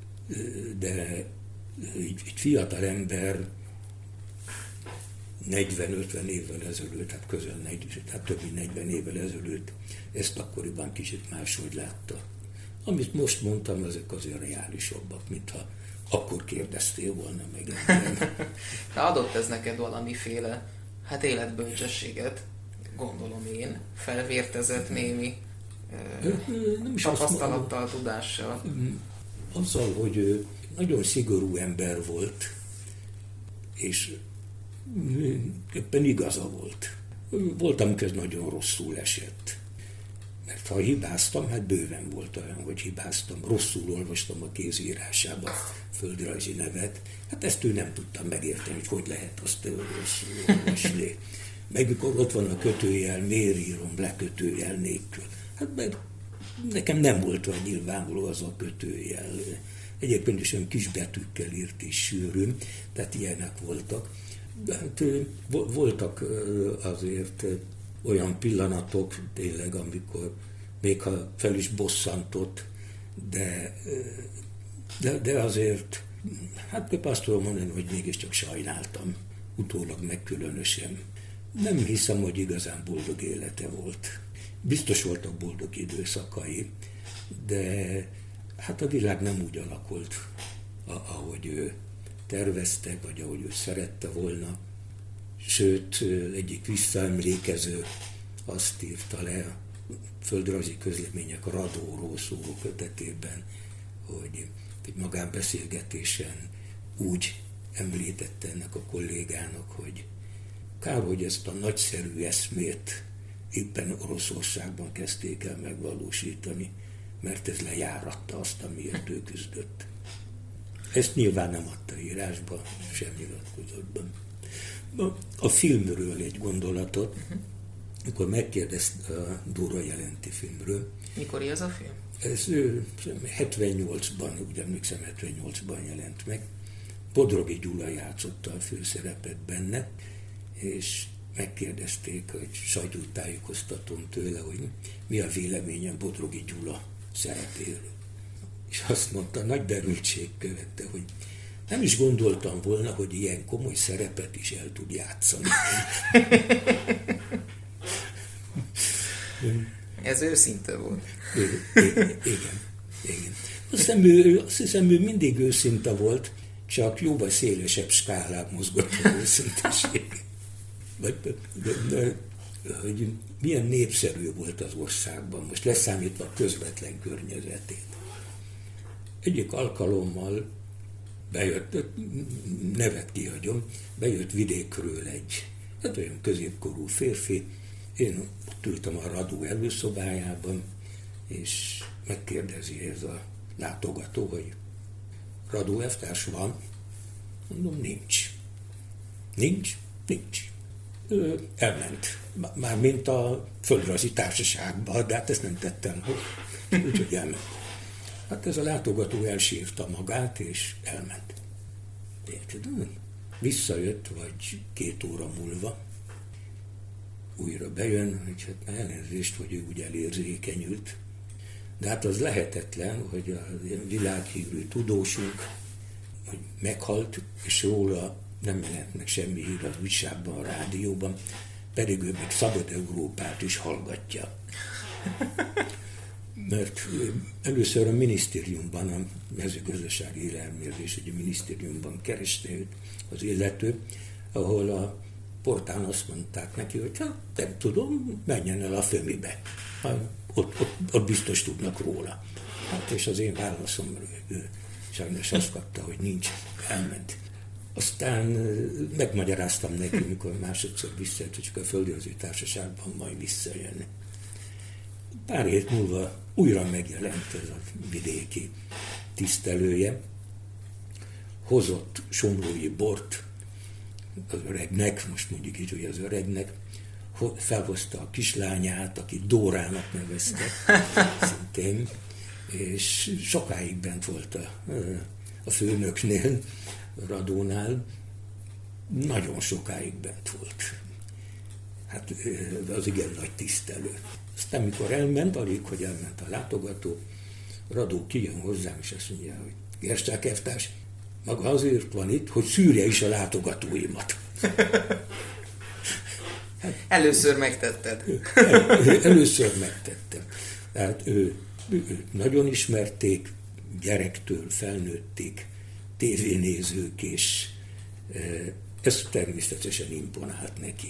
de egy, egy fiatal ember negyven-ötven évvel ezelőtt, hát közel negyven, hát több mint negyven évvel ezelőtt ezt akkoriban kicsit máshogy látta. Amit most mondtam, ezek azért reálisabbak, mintha akkor kérdeztél volna meg engem. De adott ez neked valamiféle, hát életbölcsességet, gondolom én, felvértezett némi nem is tapasztalattal, tudással. Azzal, hogy ő nagyon szigorú ember volt, és éppen igaza volt. Volt, amikor ez nagyon rosszul esett. Mert ha hibáztam, hát bőven volt olyan, hogy hibáztam. Rosszul olvastam a kézírásába földrajzi nevet. Hát ezt ő nem tudta megérteni, hogy hogy lehet azt rosszul olvasni. Meg mikor ott van a kötőjel, miért írom le kötőjel nélkül. Hát meg nekem nem volt olyan nyilvánvaló az a kötőjel. Egyébként is olyan kisbetűkkel írt és sűrűn, tehát ilyenek voltak. Hát, voltak azért olyan pillanatok tényleg, amikor még ha fel is bosszantott, de, de, de azért, hát azt tudom mondani, hogy mégiscsak sajnáltam, utólag meg különösen. Nem hiszem, hogy igazán boldog élete volt. Biztos voltak boldog időszakai, de hát a világ nem úgy alakult, ahogy ő tervezte, vagy ahogy ő szerette volna. Sőt, egyik visszaemlékező azt írta le a földrajzi közlemények a Radóról szóló kötetében, hogy egy magánbeszélgetésen úgy említette ennek a kollégának, hogy kár, hogy ezt a nagyszerű eszmét éppen Oroszországban kezdték el megvalósítani, mert ez lejáratta azt, amiért ő küzdött. Ezt nyilván nem adta írásba, sem nyilatkozatban. A filmről egy gondolatot, amikor megkérdezte a Dóra Jelenti filmről. Mikor az a film? Ez hetvennyolcban, úgy emlékszem, hetvennyolcban jelent meg. Bodrogi Gyula játszotta a főszerepet benne, és megkérdezték, hogy sajtótájékoztatón tőle, hogy mi a véleményem Bodrogi Gyula szerepéről. És azt mondta, nagy derültség követte, hogy nem is gondoltam volna, hogy ilyen komoly szerepet is el tud játszani. Ez őszinte volt. Igen, igen. igen. Azt hiszem, ő, azt hiszem, ő mindig őszinte volt, csak jóval szélesebb skálán mozgott az őszinteség. Hogy milyen népszerű volt az országban, most leszámítva a közvetlen környezetét. Egyik alkalommal bejött, nevet kihagyom, bejött vidékről egy, hát olyan középkorú férfi, én ott ültem a Radó előszobájában, és megkérdezi ez a látogató, hogy Radó elvtárs van? Mondom, nincs. Nincs? Nincs. Ő elment. Mármint a földrajzi társaságba, de hát ezt nem tettem, úgyhogy elment. Hát ez a látogató elsírta magát, és elment. Érted? Visszajött, vagy két óra múlva, újra bejön, hogy hát elnézést, hogy ő úgy elérzékenyült. De hát az lehetetlen, hogy a világhírű tudósunk, hogy meghalt, és róla nem jelent meg semmi hír az újságban, a rádióban, pedig ő még Szabad Európát is hallgatja. Mert először a minisztériumban, a mezőgazdasági élelmezésügyi minisztériumban kereste őt az illető, ahol a portán azt mondták neki, hogy hát nem tudom, menjen el a Fömibe. Ott, ott, ott biztos tudnak róla. Hát és az én válaszom, ő sajnos azt kapta, hogy nincs, elment. Aztán megmagyaráztam neki, mikor másodszor visszajött, hogy csak a Földrajzi Társaságban majd visszajön. Pár hét múlva újra megjelent ez a vidéki tisztelője, hozott somlói bort az öregnek, most mondjuk így, hogy az öregnek, felhozta a kislányát, aki Dórának nevezte, szintén, és sokáig bent volt a, a főnöknél, Radónál, nagyon sokáig bent volt. Hát az igen nagy tisztelő. Aztán mikor elment, alig, hogy elment a látogató, Radó kijön hozzám, és azt mondja, hogy Gercsák elvtárs, maga azért van itt, hogy szűrje is a látogatóimat. Hát, először megtetted. El, először megtettem. Tehát ő, ő nagyon ismerték, gyerektől felnőtték, tévénézők, és ez természetesen imponált neki.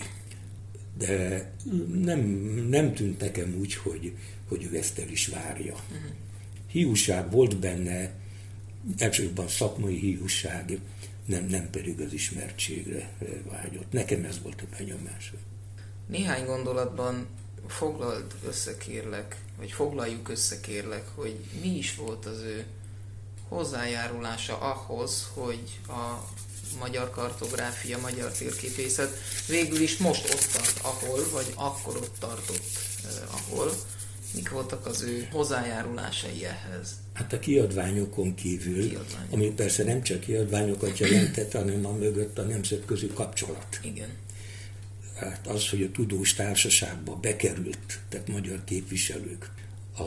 De nem, nem tűnt nekem úgy, hogy, hogy ő ezt el is várja. Uh-huh. Hiúság volt benne, elsősorban szakmai hiúság, nem, nem pedig az ismertségre vágyott. Nekem ez volt a benyomásom. Néhány gondolatban foglald össze, kérlek, vagy foglaljuk össze, kérlek, hogy mi is volt az ő hozzájárulása ahhoz, hogy a magyar kartográfia, magyar térképészet végül is most ott tart, ahol, vagy akkor ott tartott, eh, ahol. Mik voltak az ő hozzájárulásai ehhez? Hát a kiadványokon kívül, Kiadványok. ami persze nem csak kiadványokat jelentett, hanem a mögött a nemzetközi kapcsolat. Igen. Hát az, hogy a tudós társaságba bekerült, tehát magyar képviselők a,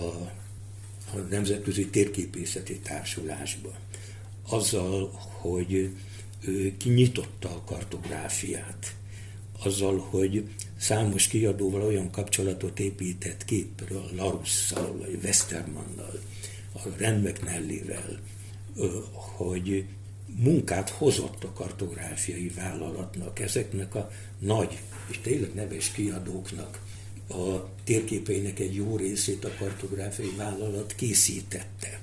a Nemzetközi Térképészeti Társulásba, azzal, hogy ő kinyitotta a kartográfiát, azzal, hogy számos kiadóval olyan kapcsolatot épített ki, például a Larusszal, vagy Westermannnal, a Rand McNallyvel, hogy munkát hozott a kartográfiai vállalatnak, ezeknek a nagy és tényleg neves kiadóknak a térképeinek egy jó részét a kartográfiai vállalat készítette.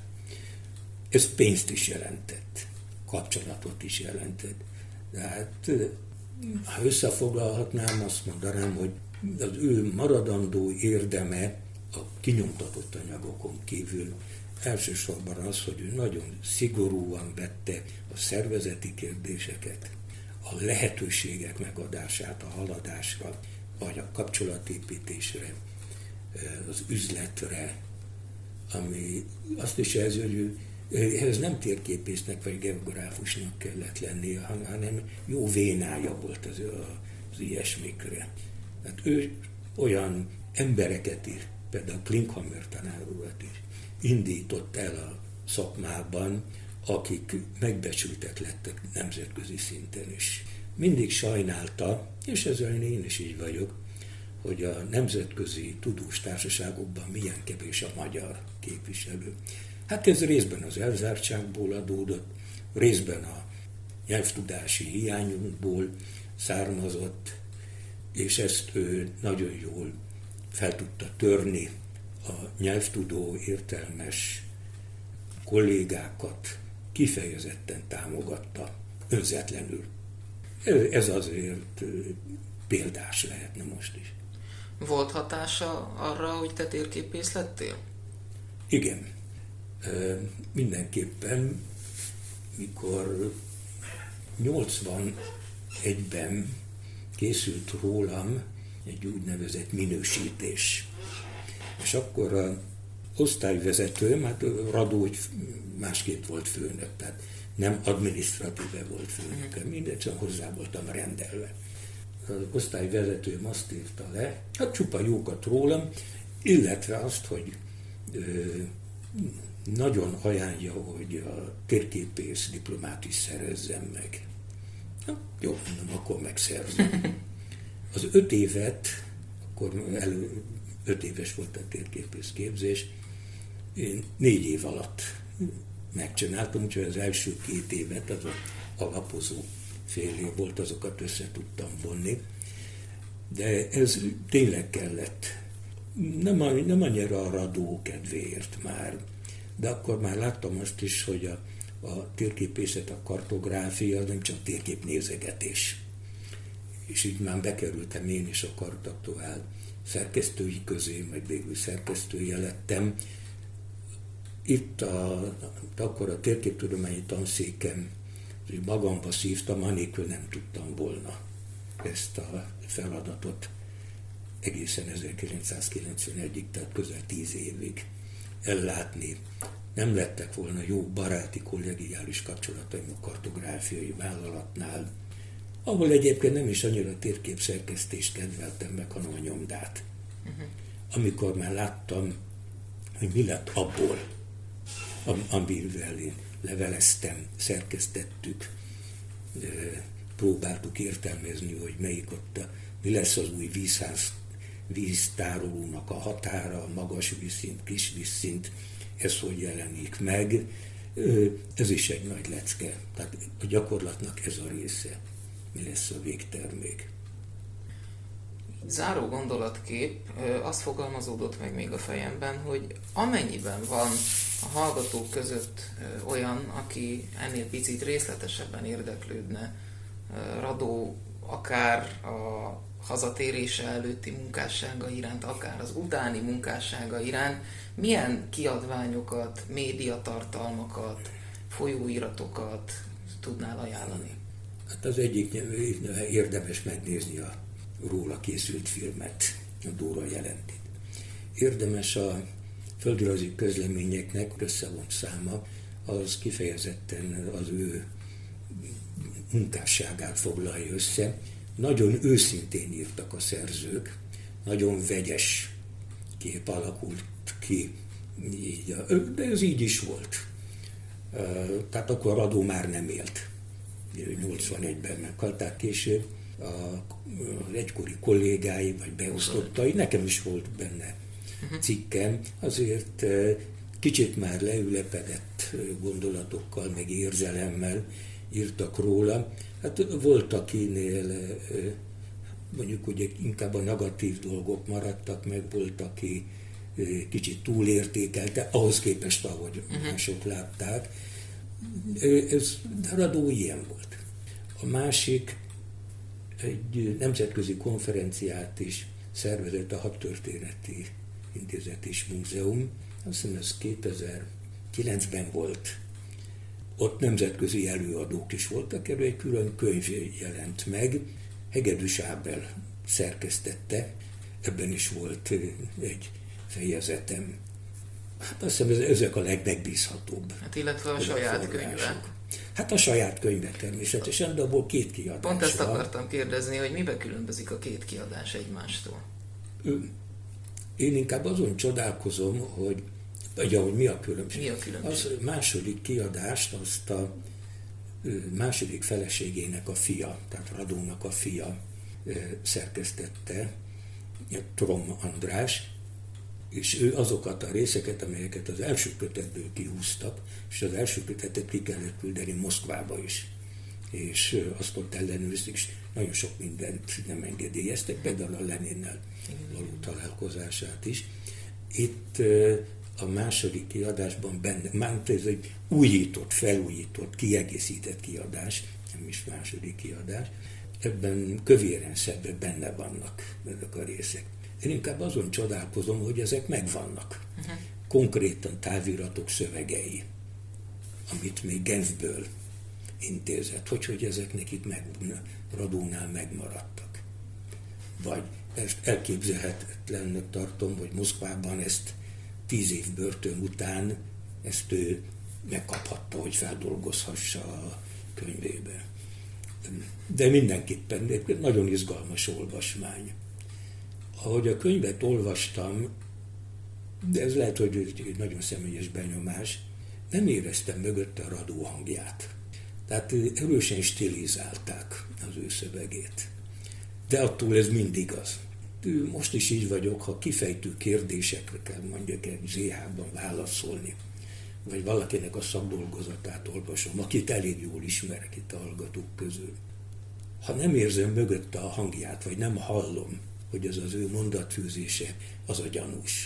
Ez pénzt is jelentett, kapcsolatot is jelentett. Tehát ha összefoglalhatnám, azt mondanám, hogy az ő maradandó érdeme a kinyomtatott anyagokon kívül elsősorban az, hogy ő nagyon szigorúan vette a szervezeti kérdéseket, a lehetőségek megadását a haladásra, vagy a kapcsolatépítésre, az üzletre, ami azt is jelzi, hogy ő ehhez nem térképésznek vagy geográfusnak kellett lennie, hanem jó vénája volt az, az ilyesmikre. Hát ő olyan embereket is, például Klinkhammer tanár urat is indított el a szakmában, akik megbecsültek lettek nemzetközi szinten is. Mindig sajnálta, és ezzel én is így vagyok, hogy a nemzetközi tudós társaságokban milyen kevés a magyar képviselő. Hát ez részben az elzártságból adódott, részben a nyelvtudási hiányunkból származott, és ezt ő nagyon jól fel tudta törni a nyelvtudó, értelmes kollégákat, kifejezetten támogatta, önzetlenül. Ez azért példás lehetne most is. Volt hatása arra, hogy te térképész lettél? Igen. Mindenképpen, mikor nyolcvanegyben készült rólam egy úgynevezett minősítés. És akkor az osztályvezetőm, hát Radó másképp volt főnök, tehát nem adminisztratíve volt főnök, mindegy, csak hozzá voltam rendelve. Az osztályvezetőm azt írta le, hát csupa jókat rólam, illetve azt, hogy ö, nagyon ajánlja, hogy a térképész diplomát is szerezzem meg. Na, jó, mondom, akkor megszerzem. Az öt évet, akkor elő, öt éves volt a térképész képzés, én négy év alatt megcsináltam, úgyhogy az első két évet, az a alapozó fél év volt, azokat össze tudtam vonni. De ez tényleg kellett. Nem, nem annyira a Radó kedvéért már, de akkor már láttam azt is, hogy a, a térképészet, a kartográfia nem csak térképnézegetés. És így már bekerültem én is a Kartaktuál szerkesztői közé, majd végül szerkesztője lettem. Itt a, akkor a térképtudományi tanszéken magamba szívtam, anélkül nem tudtam volna ezt a feladatot egészen ezerkilencszázkilencvenegyig, tehát közel tíz évig ellátni. Nem lettek volna jó baráti, kollegiális kapcsolataim a kartográfiai vállalatnál, ahol egyébként nem is annyira térképszerkesztést kedveltem meg, hanem a nyomdát. Uh-huh. Amikor már láttam, hogy mi lett abból, amivel én leveleztem, szerkesztettük, próbáltuk értelmezni, hogy melyik ott a, mi lesz az új vízház, víztárolónak a határa, magas vízszint, kis vízszint, ez hogy jelenik meg. Ez is egy nagy lecke. Tehát a gyakorlatnak ez a része. Mi lesz a végtermék. Záró gondolatkép, az fogalmazódott meg még a fejemben, hogy amennyiben van a hallgatók között olyan, aki ennél picit részletesebben érdeklődne Radó akár a hazatérése előtti munkássága iránt, akár az utáni munkássága iránt, milyen kiadványokat, médiatartalmakat, folyóiratokat tudnál ajánlani? Hát az egyik érdemes megnézni a róla készült filmet, a Dóra jelentét. Érdemes a földrajzi közleményeknek összevont száma, az kifejezetten az ő munkásságát foglalja össze. Nagyon őszintén írtak a szerzők, nagyon vegyes kép alakult ki, így, de ez így is volt. Tehát akkor Radó már nem élt. nyolcvanegyben meghalták, később az egykori kollégái vagy beosztottai, nekem is volt benne cikkem, azért kicsit már leülepedett gondolatokkal, meg érzelemmel írtak róla. Hát volt, akinél mondjuk ugye inkább a negatív dolgok maradtak meg, volt, aki kicsit túlértékelte, ahhoz képest, ahogy mások látták. Ez Radó ilyen volt. A másik egy nemzetközi konferenciát is szervezett a Hadtörténeti Intézet és Múzeum, azt hiszem ez kétezer-kilencben volt. Ott nemzetközi előadók is voltak, erről egy külön könyv jelent meg. Hegedűs Ábel szerkesztette, ebben is volt egy fejezetem. Hát azt hiszem, ezek a legmegbízhatóbb. Hát illetve a saját könyve. Hát a saját könyve természetesen, de abból két kiadás Pont ezt akartam kérdezni, hogy miben különbözik a két kiadás egymástól? Én inkább azon csodálkozom, hogy, vagy ahogy mi a különbség. Mi a különbség? Az második kiadást azt a második feleségének a fia, tehát Radónak a fia szerkesztette, Trom András, és ő azokat a részeket, amelyeket az első kötetből kihúztak, és az első kötetet ki kellett küldeni Moszkvába is. És azt ott ellenőrzik, és nagyon sok mindent nem engedélyeztek, például a Leninnel való találkozását is. Itt a második kiadásban benne, már ez egy újított, felújított, kiegészített kiadás, nem is második kiadás, ebben kövéren szebben benne vannak ezek a részek. Én inkább azon csodálkozom, hogy ezek megvannak. Uh-huh. Konkrétan táviratok szövegei, amit még Genfből intézett, hogy, hogy ezek nekik meg, Radónál megmaradtak. Vagy ezt elképzelhetetlennek tartom, hogy Moszkvában ezt tíz év börtön után ezt ő megkaphatta, hogy feldolgozhassa a könyvébe. De mindenképpen nagyon izgalmas olvasmány. Ahogy a könyvet olvastam, de ez lehet, hogy egy nagyon személyes benyomás, nem éreztem mögötte a Radó hangját. Tehát erősen stilizálták az ő szövegét. De attól ez mindig az. Most is így vagyok, ha kifejtő kérdésekre kell mondjuk egy zé há-ban válaszolni, vagy valakinek a szakdolgozatát olvasom, akit elég jól ismerek itt a hallgatók közül. Ha nem érzem mögötte a hangját, vagy nem hallom, hogy ez az ő mondatfűzése, az a gyanús.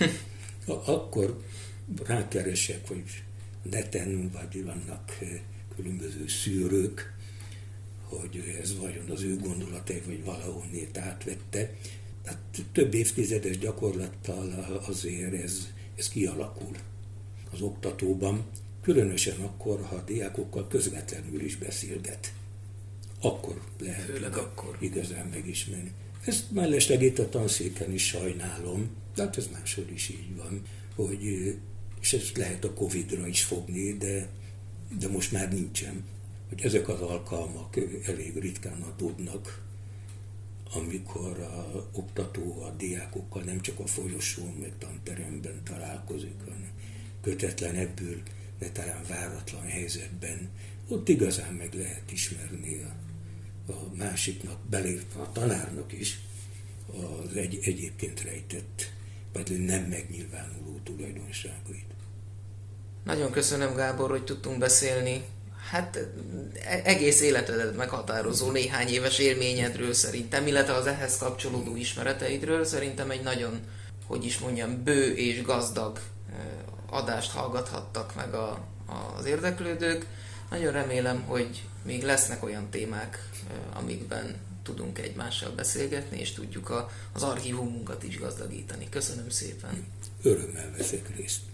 Akkor rákeresek, hogy neten, vagy vannak különböző szűrők, hogy ez vajon az ő gondolatai, vagy valahonnét átvette. Hát több évtizedes gyakorlattal azért ez, ez kialakul az oktatóban, különösen akkor, ha a diákokkal közvetlenül is beszélget. Akkor lehet Főleg akkor. igazán megismerni. Ezt mellesleg itt a tanszéken is sajnálom, De hát ez máshol is így van, hogy, és ezt lehet a Covidra is fogni, de, de most már nincsen. Hogy ezek az alkalmak elég ritkán adódnak, amikor a oktató a diákokkal nem csak a folyosón, meg tanteremben találkozik, hanem kötetlenebbül, de talán váratlan helyzetben, ott igazán meg lehet ismerni a, a másiknak, belépve a tanárnak is az egy, egyébként rejtett, vagy nem megnyilvánuló tulajdonságait. Nagyon köszönöm, Gábor, hogy tudtunk beszélni. Hát egész életedet meghatározó néhány éves élményedről szerintem, illetve az ehhez kapcsolódó ismereteidről. Szerintem egy nagyon, hogy is mondjam, bő és gazdag adást hallgathattak meg a, az érdeklődők. Nagyon remélem, hogy még lesznek olyan témák, amikben tudunk egymással beszélgetni, és tudjuk a, az archívumunkat is gazdagítani. Köszönöm szépen! Örömmel veszek részt.